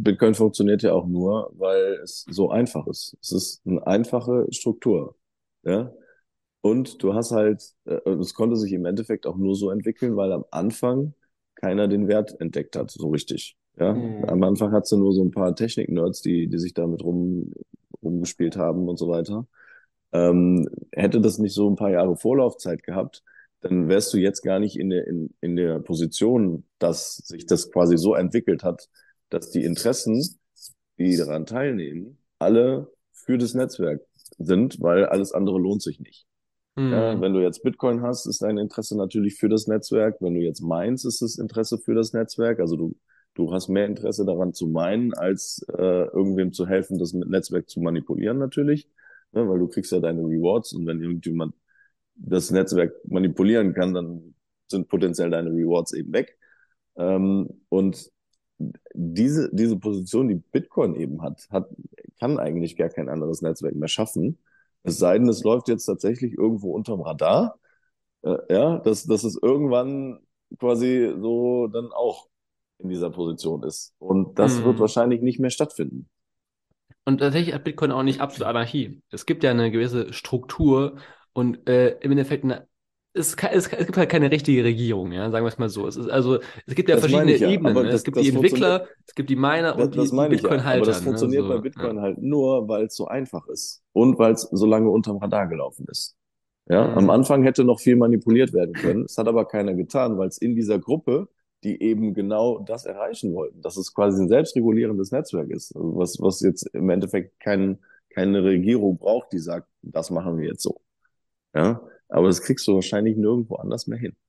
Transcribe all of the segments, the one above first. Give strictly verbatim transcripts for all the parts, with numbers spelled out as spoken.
Bitcoin funktioniert ja auch nur, weil es so einfach ist. Es ist eine einfache Struktur. Ja? Und du hast halt, äh, es konnte sich im Endeffekt auch nur so entwickeln, weil am Anfang keiner den Wert entdeckt hat, so richtig. Ja? Am Mhm. Anfang hat du nur so ein paar Technik-Nerds, die, die sich damit rum, rumgespielt haben und so weiter. Ähm, hätte das nicht so ein paar Jahre Vorlaufzeit gehabt, dann wärst du jetzt gar nicht in der, in, in der Position, dass sich das quasi so entwickelt hat, dass die Interessen, die daran teilnehmen, alle für das Netzwerk sind, weil alles andere lohnt sich nicht. Ja, Mhm. wenn du jetzt Bitcoin hast, ist dein Interesse natürlich für das Netzwerk. Wenn du jetzt meinst, ist das Interesse für das Netzwerk. Also du, du hast mehr Interesse daran zu meinen, als äh, irgendwem zu helfen, das mit Netzwerk zu manipulieren natürlich. Ne, weil du kriegst ja deine Rewards und wenn irgendjemand das Netzwerk manipulieren kann, dann sind potenziell deine Rewards eben weg. Ähm, und diese, diese Position, die Bitcoin eben hat, hat, kann eigentlich gar kein anderes Netzwerk mehr schaffen. Es sei denn, es läuft jetzt tatsächlich irgendwo unterm Radar, äh, ja, dass, dass es irgendwann quasi so dann auch in dieser Position ist. Und das wird Mhm. wahrscheinlich nicht mehr stattfinden. Und tatsächlich hat Bitcoin auch nicht absolute Anarchie. Es gibt ja eine gewisse Struktur und äh, im Endeffekt eine, es, kann, es, es gibt halt keine richtige Regierung, ja, sagen wir es mal so. Es ist also, es gibt ja Das meine verschiedene ich ja, Ebenen. aber Ne? Es das, gibt die das funktioniert, Entwickler, es gibt die Miner das, und das die, die meine ich ja, aber das Bitcoin-Halter, ne? funktioniert bei So, ja. Bitcoin halt nur, weil es so einfach ist und weil es so lange unterm Radar gelaufen ist. Ja, am Mhm. Anfang hätte noch viel manipuliert werden können. Es hat aber keiner getan, weil es in dieser Gruppe, die eben genau das erreichen wollten, dass es quasi ein selbstregulierendes Netzwerk ist, also was, was jetzt im Endeffekt kein, keine Regierung braucht, die sagt, das machen wir jetzt so. Ja, aber das kriegst du wahrscheinlich nirgendwo anders mehr hin.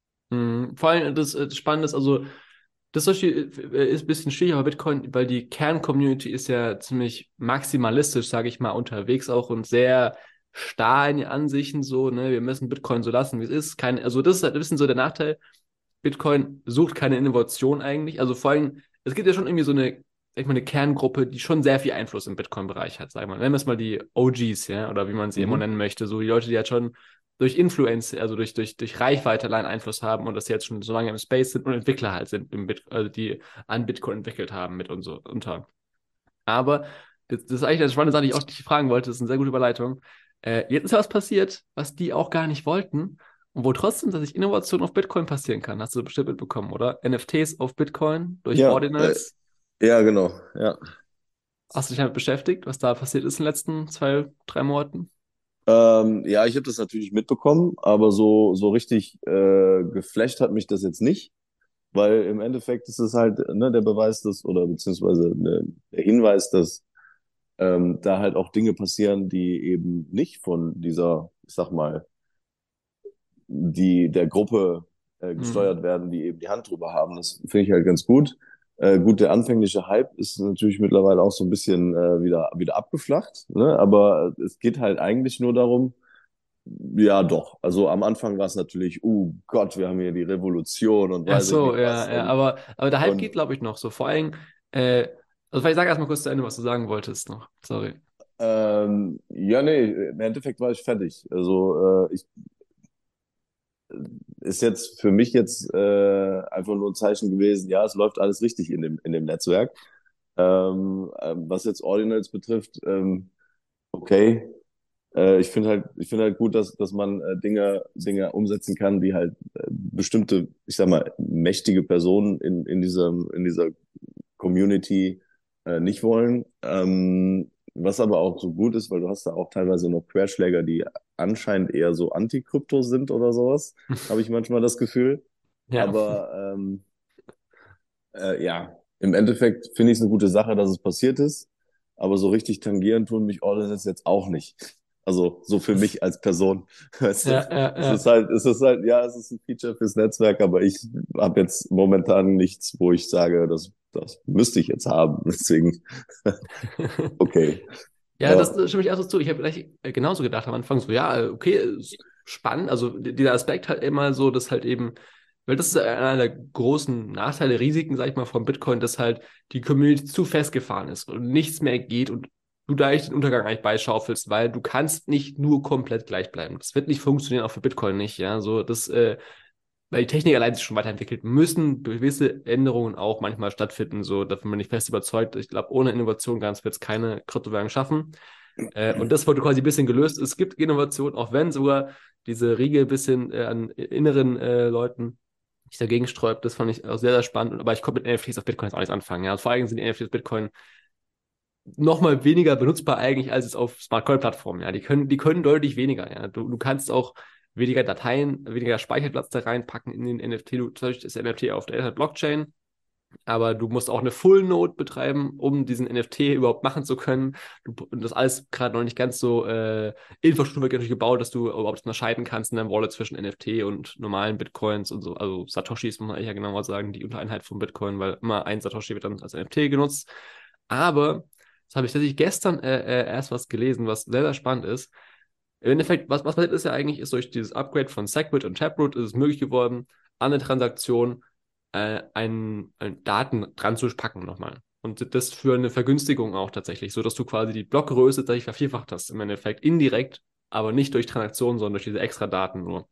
Mhm. Vor allem das, äh, das Spannende ist, also das zum Beispiel äh, ist ein bisschen schwierig, aber Bitcoin, weil die Kern-Community ist ja ziemlich maximalistisch, sage ich mal, unterwegs auch und sehr starr in den Ansichten so, ne, wir müssen Bitcoin so lassen, wie es ist. Kein, also das ist halt ein bisschen so der Nachteil. Bitcoin sucht keine Innovation eigentlich. Also vor allem, es gibt ja schon irgendwie so eine, sag ich mal, eine Kerngruppe, die schon sehr viel Einfluss im Bitcoin-Bereich hat, sagen wir mal. Nennen wir es mal die O Gs, ja, oder wie man sie immer Mhm. nennen möchte. So die Leute, die halt schon durch Influence, also durch, durch, durch Reichweite allein Einfluss haben und das jetzt schon so lange im Space sind und Entwickler halt sind, im Bit, also die an Bitcoin entwickelt haben mit und so unter. Aber das, das ist eigentlich eine spannende Sache, die ich auch dich fragen wollte. Das ist eine sehr gute Überleitung. Äh, jetzt ist ja was passiert, was die auch gar nicht wollten und wo trotzdem, dass sich Innovation auf Bitcoin passieren kann. Hast du bestimmt mitbekommen, oder? N F Ts auf Bitcoin durch Ja, äh, Ordinals. ja, genau. Ja. Hast du dich damit beschäftigt, was da passiert ist in den letzten zwei, drei Monaten? Ähm, ja, ich habe das natürlich mitbekommen, aber so, so richtig äh, geflasht hat mich das jetzt nicht. Weil im Endeffekt ist es halt ne, der Beweis, dass, oder beziehungsweise ne, der Hinweis, dass ähm, da halt auch Dinge passieren, die eben nicht von dieser, ich sag mal, die der Gruppe äh, Hm. gesteuert werden, die eben die Hand drüber haben. Das finde ich halt ganz gut. Äh, gut, der anfängliche Hype ist natürlich mittlerweile auch so ein bisschen äh, wieder, wieder abgeflacht, ne? Aber es geht halt eigentlich nur darum, ja doch. Also am Anfang war es natürlich, oh Gott, wir haben hier die Revolution und Ach weiß ich so, nicht was. ja, ja, Und, aber, aber der Hype geht, und glaube ich, noch so. Vor allem, äh, also vielleicht sag erst mal kurz zu Ende, was du sagen wolltest noch. Sorry. Ähm, ja, nee, im Endeffekt war ich fertig. Also äh, ich ist jetzt für mich jetzt äh, einfach nur ein Zeichen gewesen, ja, es läuft alles richtig in dem, in dem Netzwerk. Ähm, ähm, was jetzt Ordinals betrifft, ähm, okay. Äh, ich finde halt, ich finde halt gut, dass, dass man äh, Dinge, Dinge umsetzen kann, die halt äh, bestimmte, ich sag mal, mächtige Personen in, in diesem, in dieser Community äh, nicht wollen. Ähm, was aber auch so gut ist, weil du hast da auch teilweise noch Querschläger, die anscheinend eher so Anti-Krypto sind oder sowas, habe ich manchmal das Gefühl. Ja. Aber ähm, äh, ja, im Endeffekt finde ich es eine gute Sache, dass es passiert ist. Aber so richtig tangieren tun mich Ordnance jetzt auch nicht. Also so für Das, mich als Person. Weißt du? ja, ja, Es ist ja. halt, es ist halt, ja, es ist ein Feature fürs Netzwerk, aber ich habe jetzt momentan nichts, wo ich sage, das, das müsste ich jetzt haben. Deswegen, okay. Ja, das, Ja. das stimme ich auch so zu. Ich habe gleich äh, genauso gedacht am Anfang, so, ja, äh, okay, ist spannend. Also d- dieser Aspekt halt immer so, dass halt eben, weil das ist einer der großen Nachteile, Risiken, sag ich mal, von Bitcoin, dass halt die Community zu festgefahren ist und nichts mehr geht und du da eigentlich den Untergang eigentlich beischaufelst, weil du kannst nicht nur komplett gleich bleiben. Das wird nicht funktionieren, auch für Bitcoin nicht, ja. So, das, äh, weil die Technik allein sich schon weiterentwickelt, müssen gewisse Änderungen auch manchmal stattfinden. So, davon bin ich fest überzeugt. Ich glaube, ohne Innovation ganz wird es keine Kryptowährung schaffen. Äh, und das wurde quasi ein bisschen gelöst. Es gibt Innovation, auch wenn sogar diese Riege ein bisschen äh, an inneren äh, Leuten sich dagegen sträubt. Das fand ich auch sehr, sehr spannend. Aber ich konnte mit N F Ts auf Bitcoin jetzt auch nichts anfangen. Ja. Vor allem sind die N F Ts auf Bitcoin nochmal weniger benutzbar eigentlich als es auf Smart Contract-Plattformen. Ja. Die können, die können deutlich weniger. Ja. Du, du kannst auch weniger Dateien, weniger Speicherplatz da reinpacken in den N F T. Du, zum Beispiel ist der N F T auf der Blockchain, aber du musst auch eine Full Node betreiben, um diesen N F T überhaupt machen zu können. Du, und das alles gerade noch nicht ganz so äh, Infrastruktur wird natürlich gebaut, dass du überhaupt unterscheiden kannst in deinem Wallet zwischen N F T und normalen Bitcoins und so. Also Satoshis muss man eigentlich ja genauer sagen, die Untereinheit von Bitcoin, weil immer ein Satoshi wird dann als N F T genutzt. Aber das habe ich tatsächlich gestern äh, äh, erst was gelesen, was sehr, sehr spannend ist. Im Endeffekt, was, was passiert ist ja eigentlich, ist durch dieses Upgrade von Segwit und Taproot ist es möglich geworden, an eine Transaktion äh, ein, ein Daten dran zu packen nochmal. Und das für eine Vergünstigung auch tatsächlich, so dass du quasi die Blockgröße tatsächlich vervierfacht hast, im Endeffekt indirekt, aber nicht durch Transaktionen, sondern durch diese extra Daten nur.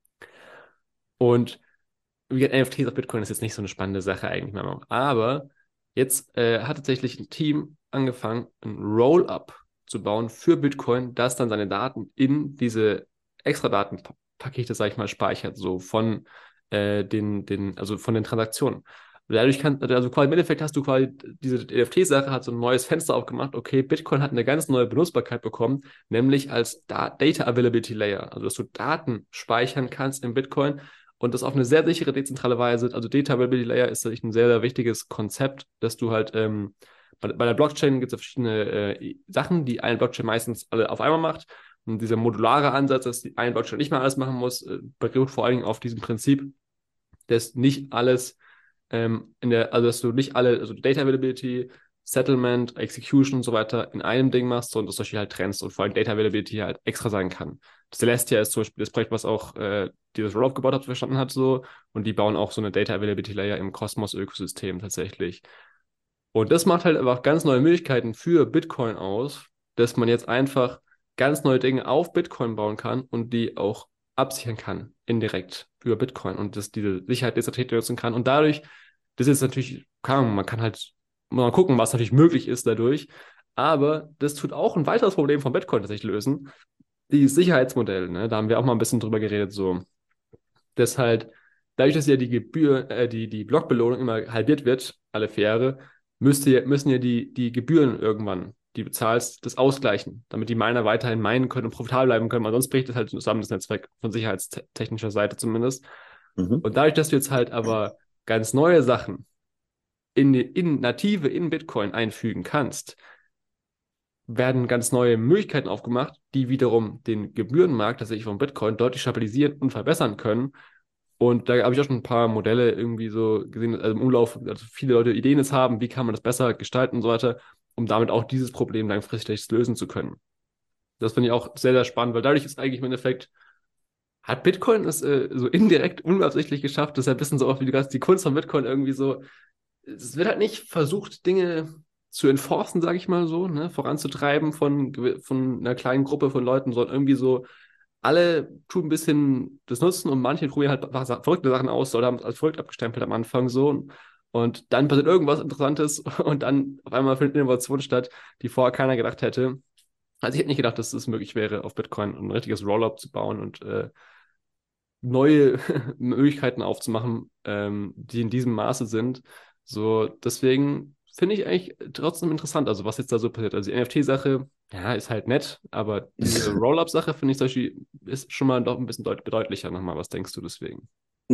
Und wie gesagt, N F Ts auf Bitcoin ist jetzt nicht so eine spannende Sache eigentlich mehr noch. Aber jetzt äh, hat tatsächlich ein Team angefangen, ein Roll-up zu bauen für Bitcoin, das dann seine Daten in diese extra Datenpakete, sag ich mal, speichert, so von äh, den, den, also von den Transaktionen. Und dadurch kann, also quasi im Endeffekt hast du quasi diese N F T-Sache hat so ein neues Fenster aufgemacht. Okay, Bitcoin hat eine ganz neue Benutzbarkeit bekommen, nämlich als Da- Data Availability Layer. Also, dass du Daten speichern kannst in Bitcoin und das auf eine sehr sichere, dezentrale Weise. Also Data Availability Layer ist natürlich ein sehr, sehr wichtiges Konzept, dass du halt ähm, bei, bei der Blockchain gibt es ja verschiedene äh, Sachen, die eine Blockchain meistens alle auf einmal macht. Und dieser modulare Ansatz, dass die eine Blockchain nicht mehr alles machen muss, äh, beruht vor allen Dingen auf diesem Prinzip, dass nicht alles ähm, in der, also dass du nicht alle, also Data Availability, Settlement, Execution und so weiter in einem Ding machst, sondern dass du solche halt trennst und vor allem Data Availability halt extra sein kann. Celestia ist zum Beispiel das Projekt, was auch äh, dieses Rollup gebaut hat, verstanden hat, so. Und die bauen auch so eine Data Availability Layer im Cosmos-Ökosystem tatsächlich. Und das macht halt einfach ganz neue Möglichkeiten für Bitcoin aus, dass man jetzt einfach ganz neue Dinge auf Bitcoin bauen kann und die auch absichern kann, indirekt über Bitcoin und dass diese Sicherheit dezentralisiert nutzen kann. Und dadurch, das ist natürlich, keine Ahnung, man kann halt mal gucken, was natürlich möglich ist dadurch. Aber das tut auch ein weiteres Problem von Bitcoin tatsächlich lösen. Die Sicherheitsmodelle, ne? Da haben wir auch mal ein bisschen drüber geredet, so. Dass halt, dadurch, dass ja die Gebühr, äh, die, die Blockbelohnung immer halbiert wird, alle vier Jahre, müsste, ja- müssen ja die, die Gebühren irgendwann, die du bezahlst, das ausgleichen, damit die Miner weiterhin meinen können und profitabel bleiben können, weil sonst bricht das halt zusammen, das Netzwerk von sicherheitstechnischer Seite zumindest. Mhm. Und dadurch, dass du jetzt halt aber ganz neue Sachen in, die- in native in Bitcoin einfügen kannst, werden ganz neue Möglichkeiten aufgemacht, die wiederum den Gebührenmarkt tatsächlich von Bitcoin deutlich stabilisieren und verbessern können. Und da habe ich auch schon ein paar Modelle irgendwie so gesehen, also im Umlauf, also viele Leute Ideen jetzt haben, wie kann man das besser gestalten und so weiter, um damit auch dieses Problem langfristig lösen zu können. Das finde ich auch sehr, sehr spannend, weil dadurch ist eigentlich im Endeffekt, hat Bitcoin es äh, so indirekt unabsichtlich geschafft, das ist ja ein bisschen so auch wie du gesagt hast, die Kunst von Bitcoin irgendwie so, es wird halt nicht versucht, Dinge zu enforcen, sage ich mal so, ne, voranzutreiben von, gewi- von einer kleinen Gruppe von Leuten, sondern irgendwie so, alle tun ein bisschen das Nutzen und manche probieren halt einfach Sa- verrückte Sachen aus oder haben es als verrückt abgestempelt am Anfang so. Und dann passiert irgendwas Interessantes und dann auf einmal findet eine Innovation statt, die vorher keiner gedacht hätte. Also ich hätte nicht gedacht, dass es möglich wäre, auf Bitcoin ein richtiges Rollup zu bauen und äh, neue Möglichkeiten aufzumachen, ähm, die in diesem Maße sind. So, deswegen finde ich eigentlich trotzdem interessant, also was jetzt da so passiert. Also die N F T-Sache, ja, ist halt nett, aber diese Roll-Up-Sache finde ich zum Beispiel, ist schon mal doch ein bisschen deut bedeutlicher nochmal. Was denkst du deswegen?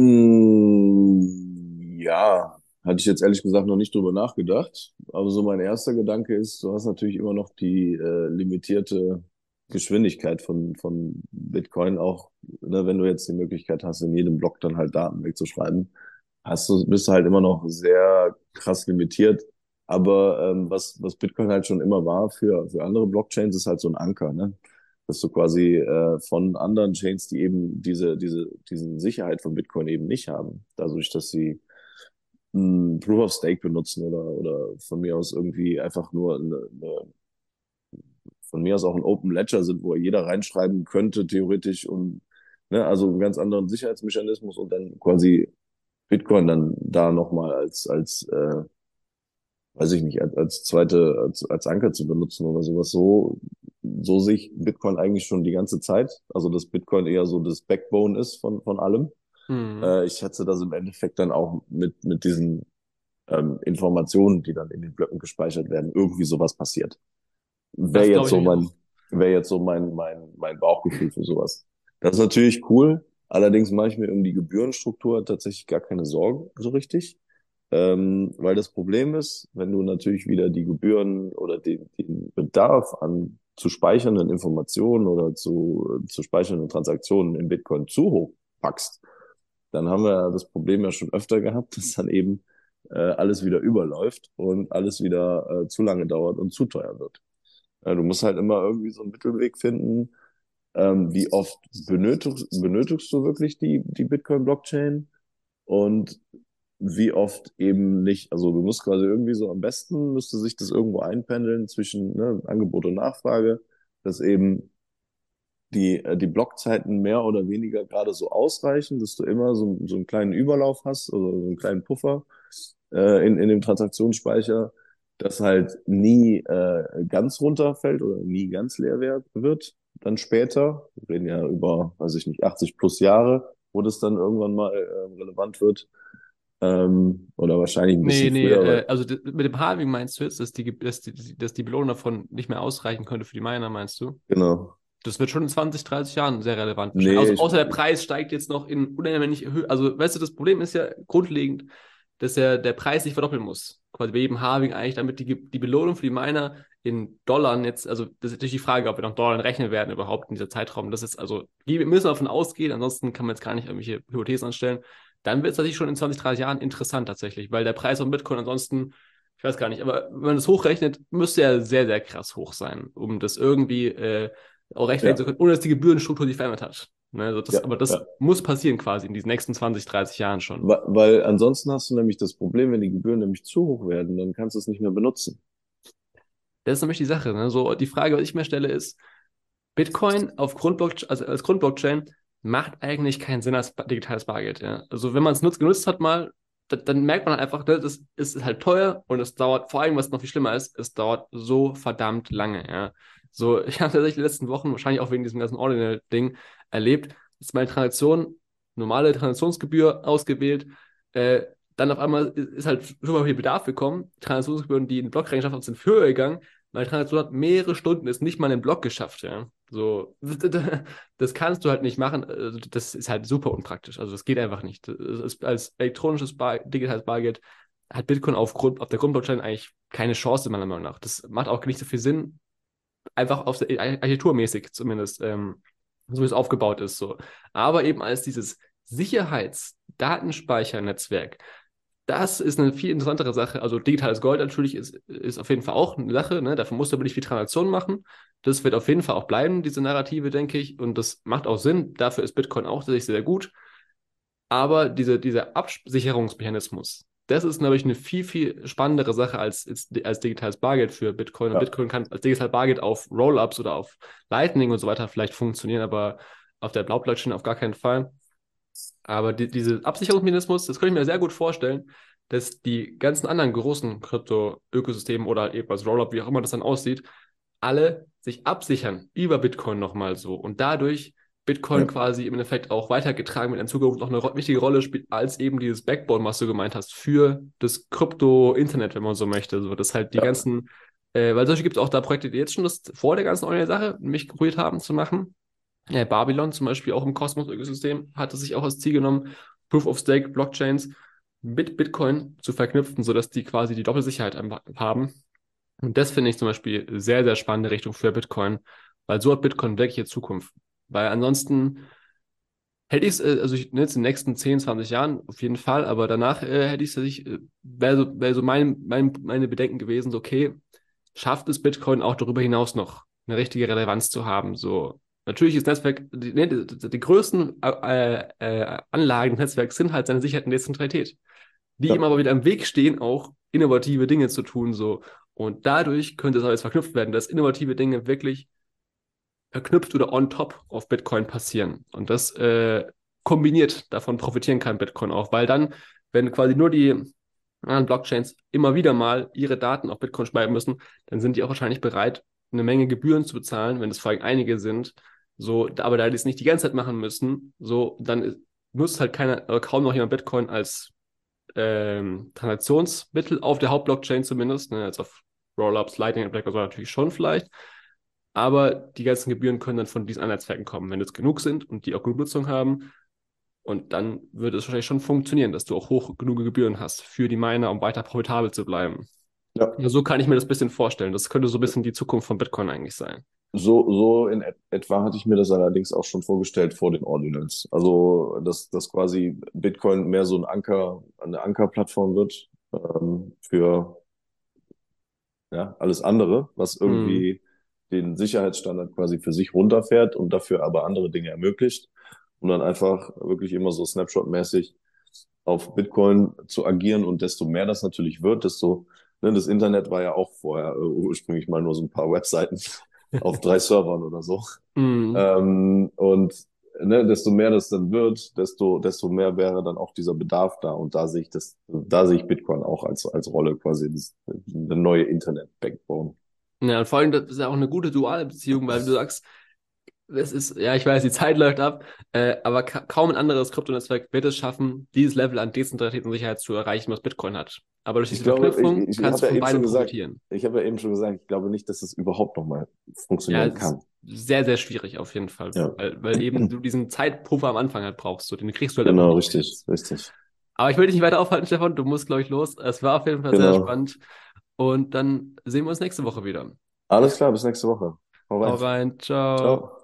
Mm, ja, hatte ich jetzt ehrlich gesagt noch nicht drüber nachgedacht. Aber so mein erster Gedanke ist, du hast natürlich immer noch die äh, limitierte Geschwindigkeit von, von Bitcoin, auch ne, wenn du jetzt die Möglichkeit hast, in jedem Block dann halt Daten wegzuschreiben, hast du, bist du halt immer noch sehr krass limitiert. Aber ähm, was, was Bitcoin halt schon immer war für, für andere Blockchains, ist halt so ein Anker, ne? Dass du quasi äh, von anderen Chains, die eben diese, diese, diese Sicherheit von Bitcoin eben nicht haben, dadurch, dass sie ein Proof of Stake benutzen oder, oder von mir aus irgendwie einfach nur eine, eine, von mir aus auch ein Open Ledger sind, wo jeder reinschreiben könnte, theoretisch, und ne, also einen ganz anderen Sicherheitsmechanismus und dann quasi Bitcoin dann da nochmal als, als, äh, weiß ich nicht, als, als zweite, als, als Anker zu benutzen oder sowas. So, so sehe ich Bitcoin eigentlich schon die ganze Zeit. Also, dass Bitcoin eher so das Backbone ist von, von allem. Mhm. Äh, ich schätze, dass im Endeffekt dann auch mit, mit diesen ähm, Informationen, die dann in den Blöcken gespeichert werden, irgendwie sowas passiert. Wäre Das jetzt glaube ich so nämlich mein, auch. wäre jetzt so mein, mein, mein Bauchgefühl für sowas. Das ist natürlich cool. Allerdings mache ich mir um die Gebührenstruktur tatsächlich gar keine Sorgen so richtig. Ähm, weil das Problem ist, wenn du natürlich wieder die Gebühren oder den, den Bedarf an zu speichernden Informationen oder zu, zu speichernden Transaktionen in Bitcoin zu hoch packst, dann haben wir das Problem ja schon öfter gehabt, dass dann eben äh, alles wieder überläuft und alles wieder äh, zu lange dauert und zu teuer wird. Ja, du musst halt immer irgendwie so einen Mittelweg finden. Ähm, wie oft benötigst, benötigst du wirklich die, die Bitcoin-Blockchain und wie oft eben nicht. Also du musst quasi irgendwie so am besten, müsste sich das irgendwo einpendeln zwischen ne, Angebot und Nachfrage, dass eben die, äh, die Blockzeiten mehr oder weniger gerade so ausreichen, dass du immer so, so einen kleinen Überlauf hast oder so einen kleinen Puffer äh, in, in dem Transaktionsspeicher, das halt nie äh, ganz runterfällt oder nie ganz leer werd, wird. Dann später, wir reden ja über, weiß ich nicht, achtzig plus Jahre, wo das dann irgendwann mal äh, relevant wird. Ähm, oder wahrscheinlich ein Nee, bisschen nee, früher, weil äh, also d- mit dem Halving meinst du jetzt, dass die, dass die, dass die Belohnung davon nicht mehr ausreichen könnte für die Miner, meinst du? genau. Das wird schon in zwanzig, dreißig Jahren sehr relevant wahrscheinlich. Nee, Also, ich, außer der Preis steigt jetzt noch in unendliche Höhe. Also, weißt du, das Problem ist ja grundlegend, dass ja der Preis sich verdoppeln muss. Quasi bei jedem Halving eigentlich, damit die, die Belohnung für die Miner in Dollar jetzt, also das ist natürlich die Frage, ob wir noch Dollar rechnen werden überhaupt in dieser Zeitraum. Das ist also, wir müssen davon ausgehen, ansonsten kann man jetzt gar nicht irgendwelche Hypothesen anstellen. Dann wird es natürlich schon in zwanzig, dreißig Jahren interessant tatsächlich, weil der Preis von Bitcoin ansonsten, ich weiß gar nicht, aber wenn man das hochrechnet, müsste er sehr, sehr krass hoch sein, um das irgendwie äh, auch rechtfertigen ja, zu können, ohne dass die Gebührenstruktur sich verändert hat. Ne, also das, ja, aber das ja. muss passieren quasi in diesen nächsten zwanzig, dreißig Jahren schon. Weil, weil ansonsten hast du nämlich das Problem, wenn die Gebühren nämlich zu hoch werden, dann kannst du es nicht mehr benutzen. Das ist nämlich die Sache. Ne? So, die Frage, was ich mir stelle, ist, Bitcoin auf Grundblockchain, also als Grundblockchain macht eigentlich keinen Sinn als digitales Bargeld. Ja? Also wenn man es nutzt, genutzt hat mal, da, dann merkt man halt einfach, ne, das ist halt teuer und es dauert, vor allem, was noch viel schlimmer ist, es dauert so verdammt lange. Ja? So, ich habe tatsächlich die letzten Wochen, wahrscheinlich auch wegen diesem ganzen Ordinal-Ding, erlebt, dass meine Transaktion, normale Transaktionsgebühr ausgewählt, äh, dann auf einmal ist halt super viel Bedarf gekommen. Transaktionsgebühren, die in Blockregentschaft haben, sind höher gegangen. Meine Transaktion hat mehrere Stunden, ist nicht mal in den Block geschafft, ja. So, das kannst du halt nicht machen. Also das ist halt super unpraktisch. Also das geht einfach nicht. Das ist, als elektronisches Bar, digitales Bargeld hat Bitcoin auf, Grund, auf der Grundblockchain eigentlich keine Chance, meiner Meinung nach. Das macht auch nicht so viel Sinn, einfach auf der architekturmäßig zumindest, ähm, so wie es aufgebaut ist. So. Aber eben als dieses Sicherheitsdatenspeichernetzwerk, das ist eine viel interessantere Sache. Also digitales Gold natürlich ist, ist auf jeden Fall auch eine Sache. Ne? Dafür musst du aber nicht viel Transaktionen machen. Das wird auf jeden Fall auch bleiben, diese Narrative, denke ich. Und das macht auch Sinn. Dafür ist Bitcoin auch tatsächlich sehr gut. Aber diese, dieser Absicherungsmechanismus, das ist, glaube ich, eine viel, viel spannendere Sache als, als, als digitales Bargeld für Bitcoin. Und Ja, Bitcoin kann als digitales Bargeld auf Rollups oder auf Lightning und so weiter vielleicht funktionieren, aber auf der Blauplatine auf gar keinen Fall. Aber die, diese Absicherungsmechanismus, das könnte ich mir sehr gut vorstellen, dass die ganzen anderen großen Krypto-Ökosysteme oder halt eben als Rollup, wie auch immer das dann aussieht, alle sich absichern über Bitcoin nochmal so und dadurch Bitcoin ja, quasi im Endeffekt auch weitergetragen wird, in Zukunft noch eine ro- wichtige Rolle spielt, als eben dieses Backbone, was du gemeint hast, für das Krypto-Internet, wenn man so möchte. So, dass halt die ja, ganzen, äh, weil solche gibt es auch da Projekte, die jetzt schon das vor der ganzen neuen Sache mich probiert haben zu machen. Ja, Babylon zum Beispiel auch im Cosmos-Ökosystem hatte sich auch als Ziel genommen, Proof-of-Stake-Blockchains mit Bitcoin zu verknüpfen, sodass die quasi die Doppelsicherheit einfach haben. Und das finde ich zum Beispiel sehr, sehr spannende Richtung für Bitcoin, weil so hat Bitcoin wirklich eine Zukunft. Weil ansonsten hätte ich es, äh, also ich, ne, jetzt in den nächsten zehn, zwanzig Jahren auf jeden Fall, aber danach äh, hätte ich es, tatsächlich, äh, wäre so, wär so mein, mein, meine Bedenken gewesen, so okay, schafft es Bitcoin auch darüber hinaus noch eine richtige Relevanz zu haben? So, natürlich ist Netzwerk, die, ne, die, die größten äh, äh, Anlagen des Netzwerks sind halt seine Sicherheit und Dezentralität, die ihm ja. aber wieder im Weg stehen, auch innovative Dinge zu tun, so. Und dadurch könnte es aber jetzt verknüpft werden, dass innovative Dinge wirklich verknüpft oder on top auf Bitcoin passieren. Und das äh, kombiniert, davon profitieren kann Bitcoin auch, weil dann, wenn quasi nur die anderen Blockchains immer wieder mal ihre Daten auf Bitcoin speichern müssen, dann sind die auch wahrscheinlich bereit, eine Menge Gebühren zu bezahlen, wenn es vor allem einige sind. So, aber da die es nicht die ganze Zeit machen müssen, so, dann nutzt halt keiner, oder kaum noch jemand Bitcoin als ähm, Transaktionsmittel auf der Hauptblockchain zumindest, ne, als auf Rollups, Lightning Network oder so natürlich schon vielleicht. Aber die ganzen Gebühren können dann von diesen anderen Netzwerken kommen, wenn es genug sind und die auch genug Nutzung haben. Und dann würde es wahrscheinlich schon funktionieren, dass du auch hoch genug Gebühren hast für die Miner, um weiter profitabel zu bleiben. Ja. Ja, so kann ich mir das ein bisschen vorstellen. Das könnte so ein bisschen die Zukunft von Bitcoin eigentlich sein. So, so in et etwa hatte ich mir das allerdings auch schon vorgestellt vor den Ordinals. Also, dass, dass quasi Bitcoin mehr so ein Anker, eine Ankerplattform wird, ähm, für, ja, alles andere, was Hm. irgendwie den Sicherheitsstandard quasi für sich runterfährt und dafür aber andere Dinge ermöglicht. Und dann einfach wirklich immer so Snapshot-mäßig auf Bitcoin zu agieren. Und desto mehr das natürlich wird, desto, ne, das Internet war ja auch vorher äh, ursprünglich mal nur so ein paar Webseiten auf drei Servern oder so. Hm. Ähm, und ne, desto mehr das dann wird, desto, desto mehr wäre dann auch dieser Bedarf da. Und da sehe ich das, da sehe ich Bitcoin auch als, als Rolle quasi, das, eine neue Internet-Backbone. Ja, und vor allem, das ist ja auch eine gute duale Beziehung, weil du sagst, es ist, ja, ich weiß, die Zeit läuft ab, äh, aber ka kaum ein anderes Kryptonetzwerk wird es schaffen, dieses Level an Dezentralität und Sicherheit zu erreichen, was Bitcoin hat. Aber durch Ich diese glaube, ich, Verknüpfung ich kannst habe du ja von eben schon beidem gesagt, profitieren. ich habe ja eben schon gesagt, ich glaube nicht, dass es überhaupt nochmal Ja, funktionieren es kann. ist sehr, sehr schwierig auf jeden Fall, Ja, weil, weil eben du diesen Zeitpuffer am Anfang halt brauchst, so, den kriegst du halt einfach genau, nicht mehr richtig, jetzt. richtig. Aber ich will dich nicht weiter aufhalten, Stefan, du musst, glaube ich, los. Es war auf jeden Fall sehr Genau. spannend und dann sehen wir uns nächste Woche wieder. Alles klar, bis nächste Woche. Hau Hau rein. rein, ciao. Ciao.